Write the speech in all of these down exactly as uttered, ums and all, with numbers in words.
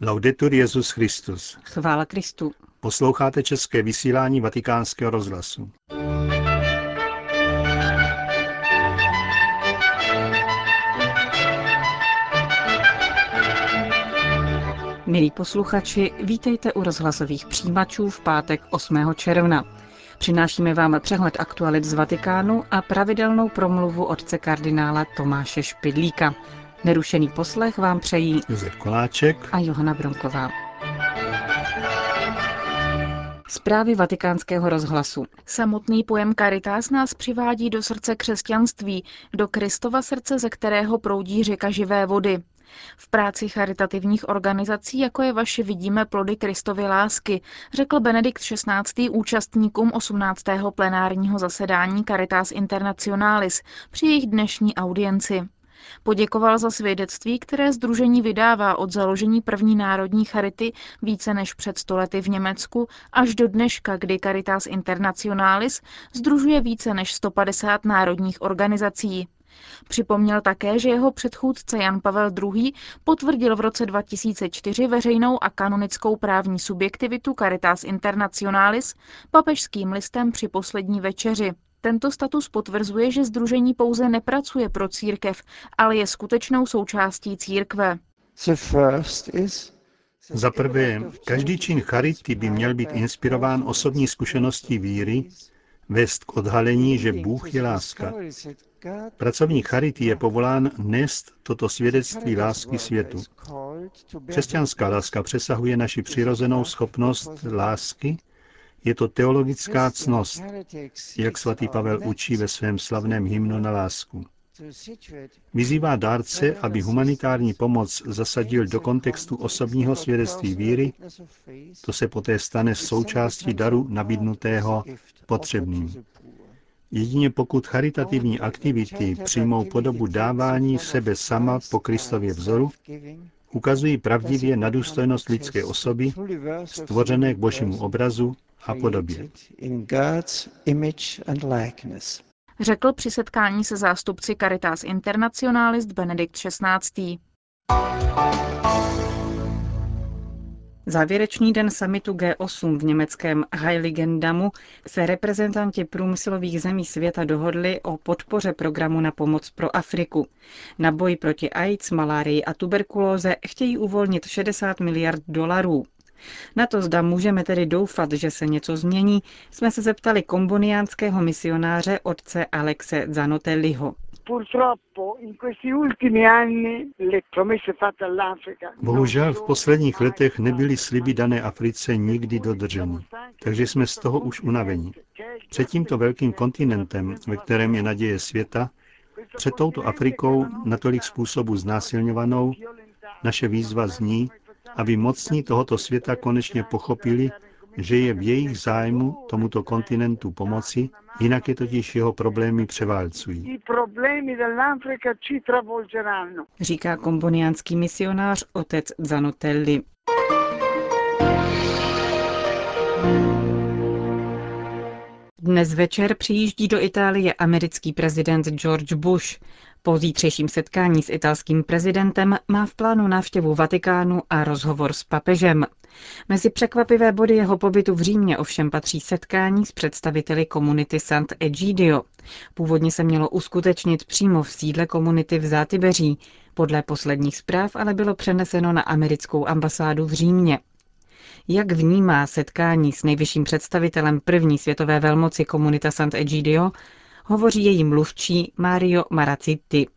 Laudetur Jesus Christus. Chvála Kristu. Posloucháte české vysílání Vatikánského rozhlasu. Milí posluchači, vítejte u rozhlasových přijímačů v pátek osmého června. Přinášíme vám přehled aktualit z Vatikánu a pravidelnou promluvu otce kardinála Tomáše Špidlíka. Nerušený poslech vám přejí Josef Koláček a Johana Bronková. Zprávy Vatikánského rozhlasu. Samotný pojem caritas nás přivádí do srdce křesťanství, do Kristova srdce, ze kterého proudí řeka živé vody. V práci charitativních organizací, jako je vaše, vidíme plody Kristovy lásky, řekl Benedikt šestnáctý účastníkům osmnáctého plenárního zasedání Caritas Internationalis při jejich dnešní audienci. Poděkoval za svědectví, které sdružení vydává od založení první národní charity více než před sto lety v Německu až do dneška, kdy Caritas Internationalis sdružuje více než sto padesát národních organizací. Připomněl také, že jeho předchůdce Jan Pavel druhý. Potvrdil v roce dva tisíce čtyři veřejnou a kanonickou právní subjektivitu Caritas Internationalis papežským listem při poslední večeři. Tento status potvrzuje, že sdružení pouze nepracuje pro církev, ale je skutečnou součástí církve. Za prvé, každý čin charity by měl být inspirován osobní zkušeností víry, vést k odhalení, že Bůh je láska. Pracovník charity je povolán nést toto svědectví lásky světu. Křesťanská láska přesahuje naši přirozenou schopnost lásky, je to teologická ctnost, jak svatý Pavel učí ve svém slavném hymnu na lásku. Vyzývá dárce, aby humanitární pomoc zasadil do kontextu osobního svědectví víry, to se poté stane součástí daru nabídnutého potřebným. Jedině pokud charitativní aktivity přijmou podobu dávání sebe sama po Kristově vzoru, ukazují pravdivě na důstojnost lidské osoby, stvořené k Božímu obrazu a podobě. Řekl při setkání se zástupci Caritas Internationalis Benedikt šestnáctý. Závěrečný den summitu G osm v německém Heiligendamu se reprezentanti průmyslových zemí světa dohodli o podpoře programu na pomoc pro Afriku. Na boj proti AIDS, malárii a tuberkulóze chtějí uvolnit šedesát miliard dolarů. Na to, zda můžeme tedy doufat, že se něco změní, jsme se zeptali komboniánského misionáře otce Alexe Zanotelliho. Bohužel v posledních letech nebyly sliby dané Africe nikdy dodrženy, takže jsme z toho už unaveni. Před tímto velkým kontinentem, ve kterém je naděje světa, před touto Afrikou, natolik způsobů znásilňovanou, naše výzva zní, aby mocní tohoto světa konečně pochopili, že je v jejich zájmu tomuto kontinentu pomoci, jinak je totiž jeho problémy převálcují. Říká komboniánský misionář otec Zanotelli. Dnes večer přijíždí do Itálie americký prezident George Bush. Po zítřejším setkání s italským prezidentem má v plánu návštěvu Vatikánu a rozhovor s papežem. Mezi překvapivé body jeho pobytu v Římě ovšem patří setkání s představiteli komunity Sant'Egidio. Původně se mělo uskutečnit přímo v sídle komunity v Zátybeří. Podle posledních zpráv ale bylo přeneseno na americkou ambasádu v Římě. Jak vnímá setkání s nejvyšším představitelem první světové velmoci komunita Sant'Egidio, hovoří její mluvčí Mario Maracitti.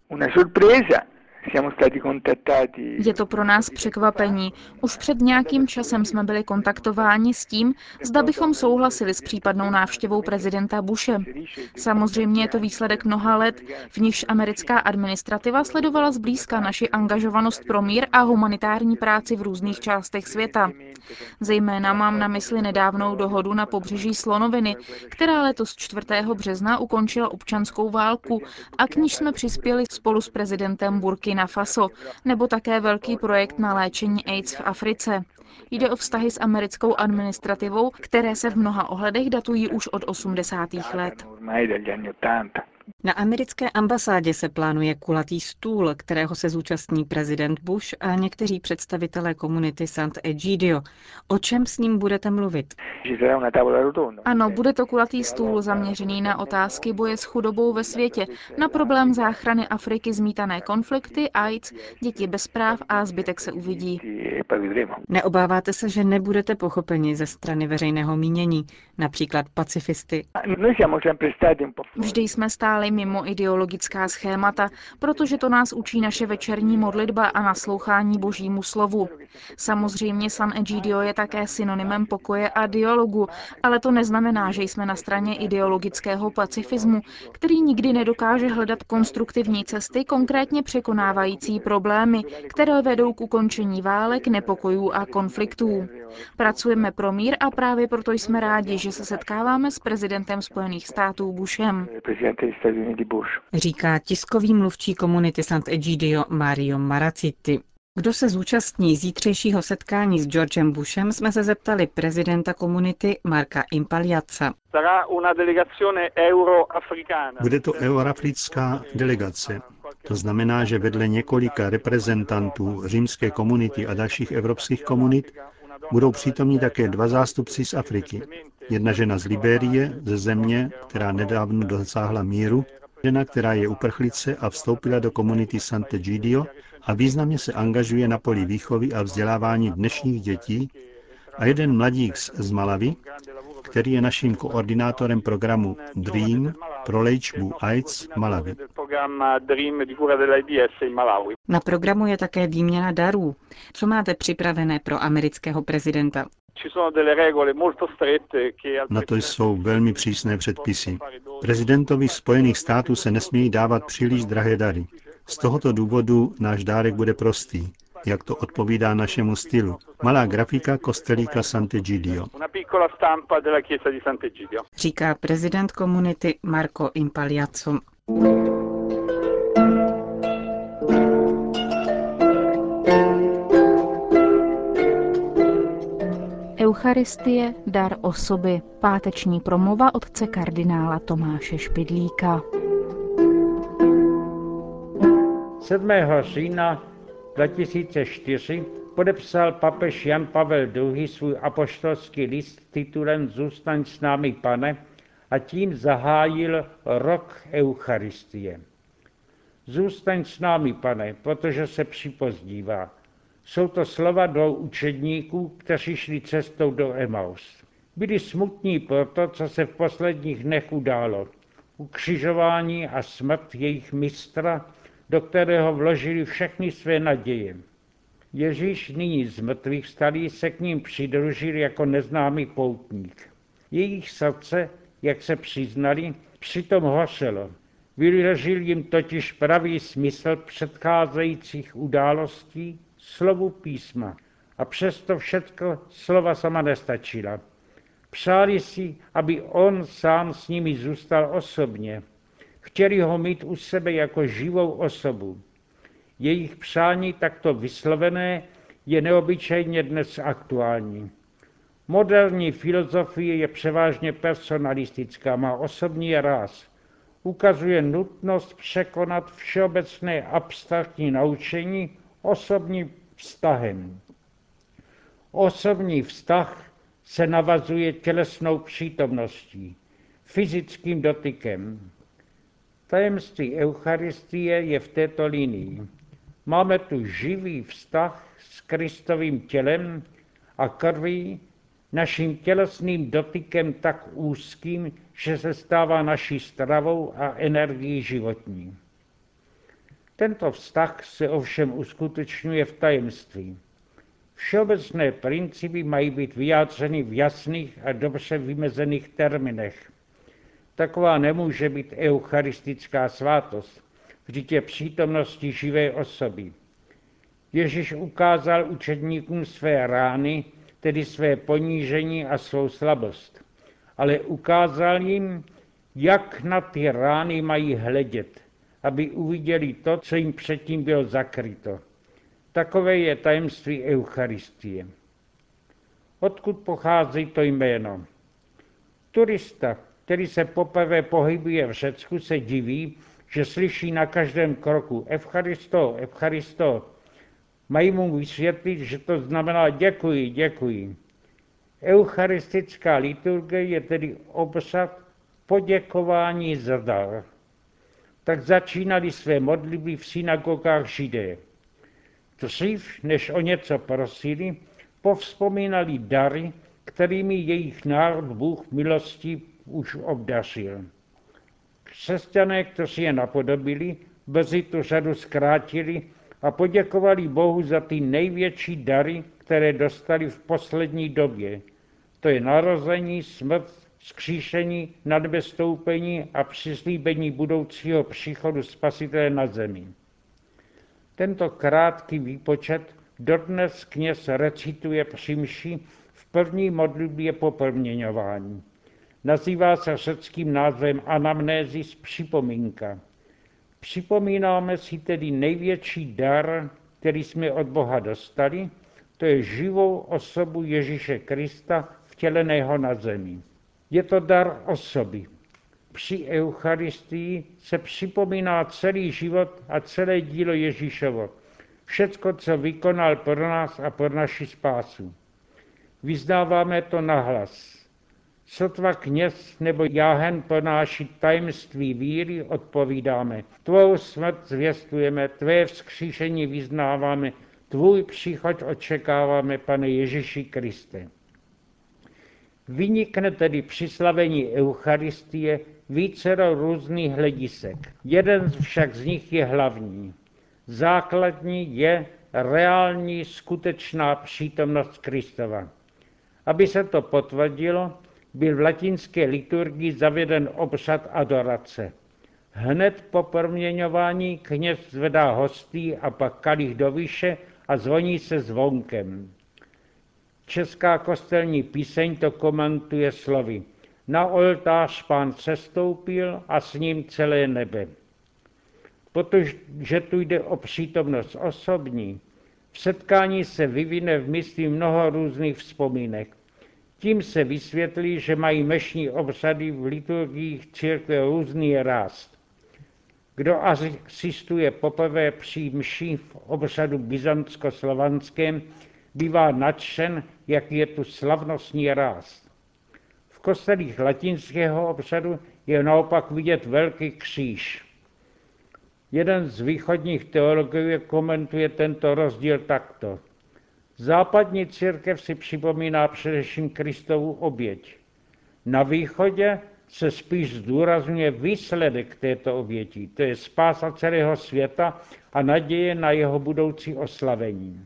Je to pro nás překvapení. Už před nějakým časem jsme byli kontaktováni s tím, zda bychom souhlasili s případnou návštěvou prezidenta Bushe. Samozřejmě je to výsledek mnoha let, v nichž americká administrativa sledovala zblízka naši angažovanost pro mír a humanitární práci v různých částech světa. Zejména mám na mysli nedávnou dohodu na pobřeží Slonoviny, která letos čtvrtého března ukončila občanskou válku a k níž jsme přispěli spolu s prezidentem Burkina Faso, nebo také velký projekt na léčení AIDS v Africe. Jde o vztahy s americkou administrativou, které se v mnoha ohledech datují už od osmdesátých let. Na americké ambasádě se plánuje kulatý stůl, kterého se zúčastní prezident Bush a někteří představitelé komunity Sant'Egidio. O čem s ním budete mluvit? Ano, bude to kulatý stůl zaměřený na otázky boje s chudobou ve světě, na problém záchrany Afriky, zmítané konflikty, AIDS, děti bez práv a zbytek se uvidí. Neobáváte se, že nebudete pochopeni ze strany veřejného mínění, například pacifisty? Vždy jsme stáli mimo ideologická schémata, protože to nás učí naše večerní modlitba a naslouchání Božímu slovu. Samozřejmě San Egidio je také synonymem pokoje a dialogu, ale to neznamená, že jsme na straně ideologického pacifismu, který nikdy nedokáže hledat konstruktivní cesty, konkrétně překonávající problémy, které vedou k ukončení válek, nepokojů a konfliktů. Pracujeme pro mír a právě proto jsme rádi, že se setkáváme s prezidentem Spojených států Bushem. Říká tiskový mluvčí komunity Sant'Egidio Mario Maracitti. Kdo se zúčastní zítřejšího setkání s Georgem Bushem, jsme se zeptali prezidenta komunity Marca Impaliazza. Bude to euroafrická delegace. To znamená, že vedle několika reprezentantů římské komunity a dalších evropských komunit budou přítomní také dva zástupci z Afriky. Jedna žena z Libérie, ze země, která nedávno dosáhla míru, žena, která je uprchlice a vstoupila do komunity Sant'Egidio a významně se angažuje na poli výchovy a vzdělávání dnešních dětí, a jeden mladík z Malawi, který je naším koordinátorem programu DREAM pro léčbu AIDS v Malawi. Na programu je také výměna darů. Co máte připravené pro amerického prezidenta? Na to jsou velmi přísné předpisy. Prezidentovi Spojených států se nesmějí dávat příliš drahé dary. Z tohoto důvodu náš dárek bude prostý, jak to odpovídá našemu stylu. Malá grafika kostelíka Sant'Egidio. Říká prezident komunity Marco Impaliazzo. Eucharistie, dar osoby. Páteční promluva otce kardinála Tomáše Špidlíka. sedmého října dva tisíce čtyři podepsal papež Jan Pavel druhý. Svůj apoštolský list s titulem Zůstaň s námi, Pane, a tím zahájil rok Eucharistie. Zůstaň s námi, Pane, protože se připozdívá. Jsou to slova dvou učedníků, kteří šli cestou do Emaus. Byli smutní pro to, co se v posledních dnech událo. Ukřižování a smrt jejich mistra, do kterého vložili všechny své naděje. Ježíš nyní z mrtvých vstalý se k ním přidružil jako neznámý poutník. Jejich srdce, jak se přiznali, přitom hořelo. Vyložil jim totiž pravý smysl předcházejících událostí, slovu písma. A přesto všechno slova sama nestačila. Přáli si, aby on sám s nimi zůstal osobně. Chtěli ho mít u sebe jako živou osobu. Jejich přání takto vyslovené je neobyčejně dnes aktuální. Moderní filozofie je převážně personalistická, má osobní ráz. Ukazuje nutnost překonat všeobecné abstraktní naučení osobním vztahem. Osobní vztah se navazuje tělesnou přítomností, fyzickým dotykem. Tajemství Eucharistie je v této linii. Máme tu živý vztah s Kristovým tělem a krví, naším tělesným dotykem tak úzkým, že se stává naší stravou a energií životní. Tento vztah se ovšem uskutečňuje v tajemství. Všeobecné principy mají být vyjádřeny v jasných a dobře vymezených termínech. Taková nemůže být eucharistická svátost, vždyť je přítomností živé osoby. Ježíš ukázal učedníkům své rány, tedy své ponížení a svou slabost, ale ukázal jim, jak na ty rány mají hledět, aby uviděli to, co jim předtím bylo zakryto. Takové je tajemství Eucharistie. Odkud pochází to jméno? Turista, který se poprvé pohybuje v Řecku, se diví, že slyší na každém kroku Evcharisto, Evcharisto. Mají mu vysvětlit, že to znamená děkuji, děkuji. Eucharistická liturgie je tedy obsah poděkování za dar. Tak začínali své modlitby v synagogách Židé. Dřív, než o něco prosili, povzpomínali dary, kterými jejich národ Bůh milostí už obdařil. Křesťané, kteří je napodobili, brzy tu řadu zkrátili a poděkovali Bohu za ty největší dary, které dostali v poslední době. To je narození, smrt, vzkříšení, nadbestoupení a přislíbení budoucího příchodu Spasitele na zemi. Tento krátký výpočet dodnes kněz recituje při mši v první modlitbě po proměňování. Nazývá se řeckým názvem anamnézis, připomínka. Připomínáme si tedy největší dar, který jsme od Boha dostali, to je živou osobu Ježíše Krista vtěleného na zemi. Je to dar osoby. Při Eucharistii se připomíná celý život a celé dílo Ježíšovo. Všecko, co vykonal pro nás a pro naši spásu. Vyznáváme to nahlas. Sotva kněz nebo jáhen ponáší tajemství víry, odpovídáme. Tvou smrt zvěstujeme, tvé vzkříšení vyznáváme, tvůj příchod očekáváme, Pane Ježíši Kriste. Vynikne tedy při slavení Eucharistie vícero různých hledisek. Jeden však z nich je hlavní. Základní je reální, skutečná přítomnost Kristova. Aby se to potvrdilo, byl v latinské liturgii zaveden obřad adorace. Hned po proměňování kněz zvedá hostí a pak kalich do výše a zvoní se zvonkem. Česká kostelní píseň to komentuje slovy. Na oltář Pán sestoupil a s ním celé nebe. Protože tu jde o přítomnost osobní, v setkání se vyvine v mysli mnoho různých vzpomínek. Tím se vysvětlí, že mají mešní obřady v liturgiích církve různý ráz. Kdo asistuje poprvé při mši v obřadu byzantsko-slovanském, bývá nadšen, jak je tu slavnostní ráz. V kostelích latinského obřadu je naopak vidět velký kříž. Jeden z východních teologů komentuje tento rozdíl takto. Západní církev si připomíná především Kristovu oběť. Na východě se spíš zdůrazňuje výsledek této oběti, to je spása celého světa a naděje na jeho budoucí oslavení.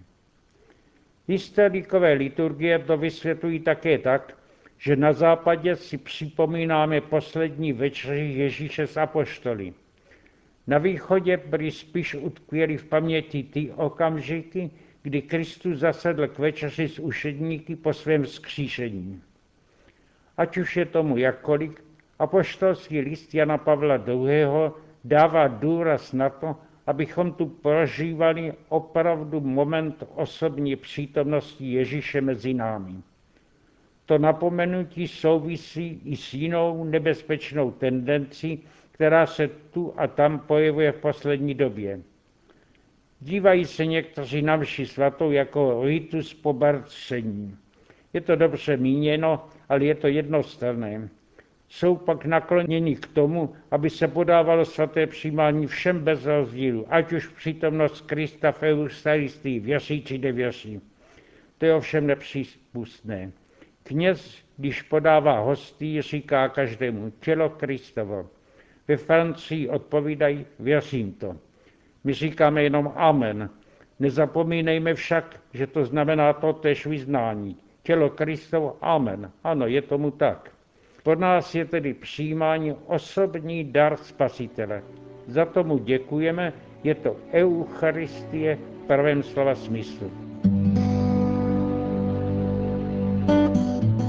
Historikové liturgie to vysvětlují také tak, že na západě si připomínáme poslední večeři Ježíše s apoštoly. Na východě byly spíš utkvěly v paměti ty okamžiky, kdy Kristus zasedl k večeři s učedníky po svém vzkříšení. Ať už je tomu jakkoliv, apoštolský list Jana Pavla druhého. dává důraz na to, abychom tu prožívali opravdu moment osobní přítomnosti Ježíše mezi námi. To napomenutí souvisí i s jinou nebezpečnou tendencí, která se tu a tam projevuje v poslední době. Dívají se někteří na mši svatou jako ritus pobarčení. Je to dobře míněno, ale je to jednostranné. Jsou pak nakloněni k tomu, aby se podávalo svaté přijímání všem bez rozdílu, ať už přítomnost Krista v Eucharistii, věří či nevěří. To je ovšem nepřípustné. Kněz, když podává hostii, říká každému tělo Kristovo. Ve Francii odpovídají, věřím to. My říkáme jenom amen. Nezapomínejme však, že to znamená totéž vyznání. Tělo Kristovo, amen. Ano, je tomu tak. Pro nás je tedy přijímání osobní dar Spasitele. Za tomu děkujeme, je to Eucharistie v pravém slova smyslu.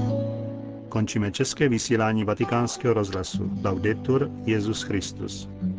Končíme české vysílání Vatikánského rozhlasu. Laudetur Jesus Christus.